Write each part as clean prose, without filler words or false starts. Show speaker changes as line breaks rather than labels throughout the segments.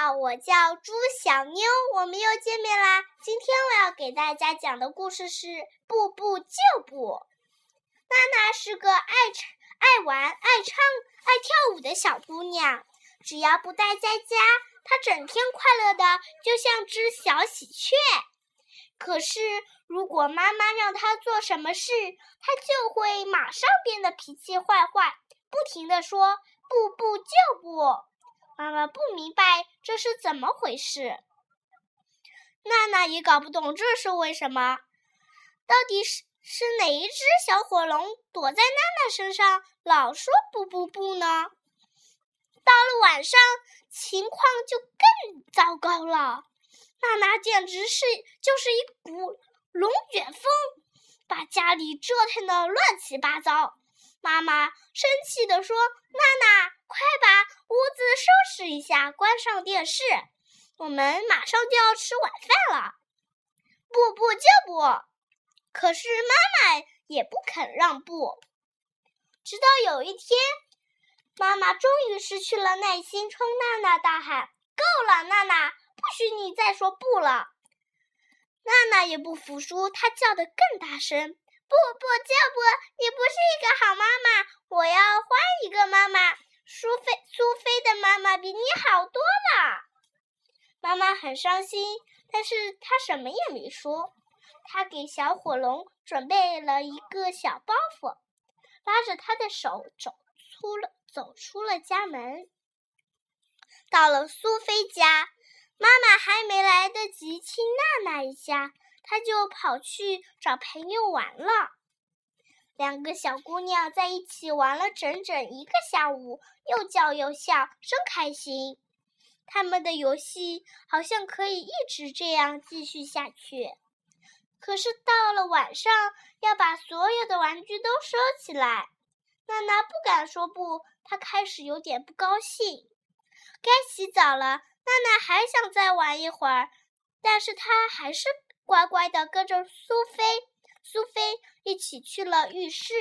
好，我叫朱小妞，我们又见面啦。今天我要给大家讲的故事是《步步就步》。娜娜是个爱玩、爱唱、爱跳舞的小姑娘，只要不待在家，她整天快乐的就像只小喜鹊。可是如果妈妈让她做什么事，她就会马上变得脾气坏坏，不停地说步步就步。妈妈不明白这是怎么回事，娜娜也搞不懂这是为什么。到底是哪一只小火龙躲在娜娜身上，老说不不不呢？到了晚上，情况就更糟糕了。娜娜简直就是一股龙卷风，把家里折腾得乱七八糟。妈妈生气地说：“娜娜，快把屋子收拾一下，关上电视，我们马上就要吃晚饭了。”步步就步，可是妈妈也不肯让步。直到有一天，妈妈终于失去了耐心，冲娜娜大喊：“够了，娜娜，不许你再说不了！”娜娜也不服输，她叫得更大声：“步步就步，你不是一个好妈妈，我要换一个妈妈。苏菲的妈妈比你好多了。”妈妈很伤心，但是她什么也没说。她给小火龙准备了一个小包袱，拉着他的手走出了家门。到了苏菲家，妈妈还没来得及亲娜娜一下，她就跑去找朋友玩了。两个小姑娘在一起玩了整整一个下午，又叫又笑，真开心。他们的游戏好像可以一直这样继续下去。可是到了晚上，要把所有的玩具都收起来。娜娜不敢说不，她开始有点不高兴。该洗澡了，娜娜还想再玩一会儿，但是她还是乖乖地跟着苏菲一起去了浴室。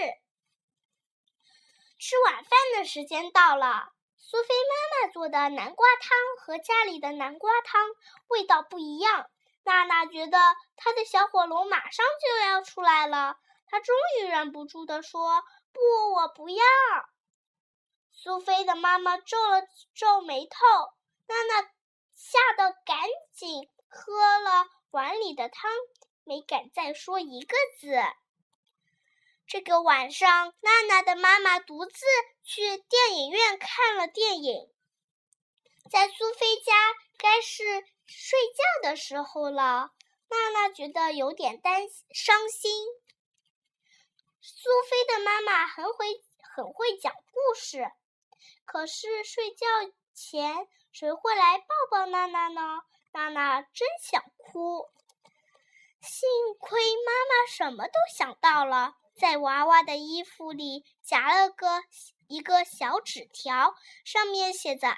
吃晚饭的时间到了，苏菲妈妈做的南瓜汤和家里的南瓜汤味道不一样。娜娜觉得她的小火龙马上就要出来了，她终于忍不住地说：“不，我不要。”苏菲的妈妈皱了皱眉头，娜娜吓得赶紧喝了碗里的汤，没敢再说一个字。这个晚上，娜娜的妈妈独自去电影院看了电影。在苏菲家该是睡觉的时候了，娜娜觉得有点伤心。苏菲的妈妈很会讲故事，可是睡觉前谁会来抱抱娜娜呢？娜娜真想哭。幸亏妈妈什么都想到了，在娃娃的衣服里夹了一个小纸条，上面写着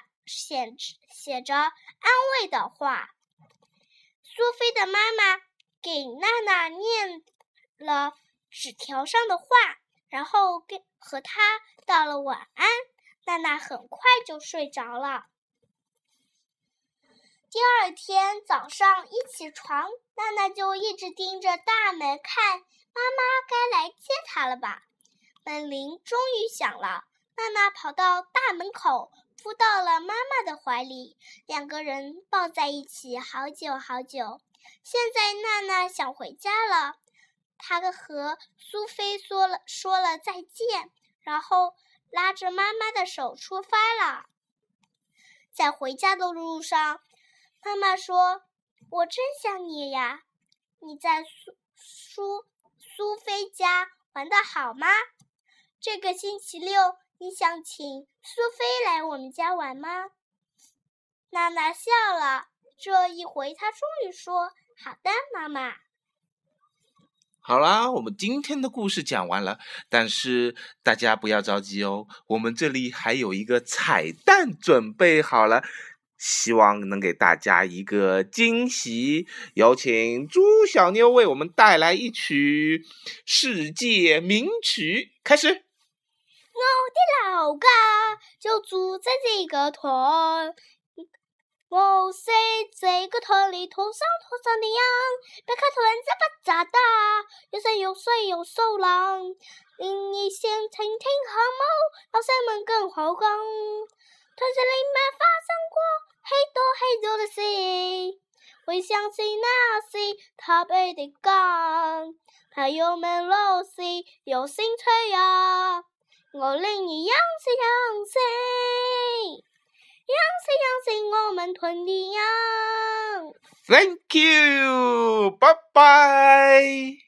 安慰的话。苏菲的妈妈给娜娜念了纸条上的话，然后和她道了晚安。娜娜很快就睡着了。第二天早上一起床，娜娜就一直盯着大门看，妈妈该来接她了吧？门铃终于响了，娜娜跑到大门口，扑到了妈妈的怀里，两个人抱在一起好久好久。现在娜娜想回家了，她和苏菲说了再见，然后拉着妈妈的手出发了。在回家的路上，妈妈说：“我真想你呀，你在苏菲家玩得好吗？这个星期六你想请苏菲来我们家玩吗？”娜娜笑了，这一回她终于说：“好的，妈妈。”
好啦，我们今天的故事讲完了，但是大家不要着急哦，我们这里还有一个彩蛋准备好了，希望能给大家一个惊喜。有请朱小妞为我们带来一曲世界名曲，开始。
我的老家就住在这个屯， 我是这个屯里土生的羊，别看屯子不咋大，有山有水有手浪。另一线蜻蜓和猫，老山们更好讲。屯子里面发生过很多的事，回想起那些特别的感，朋友们老是有兴趣呀。我令你养起我们屯的羊。
Thank you，拜拜。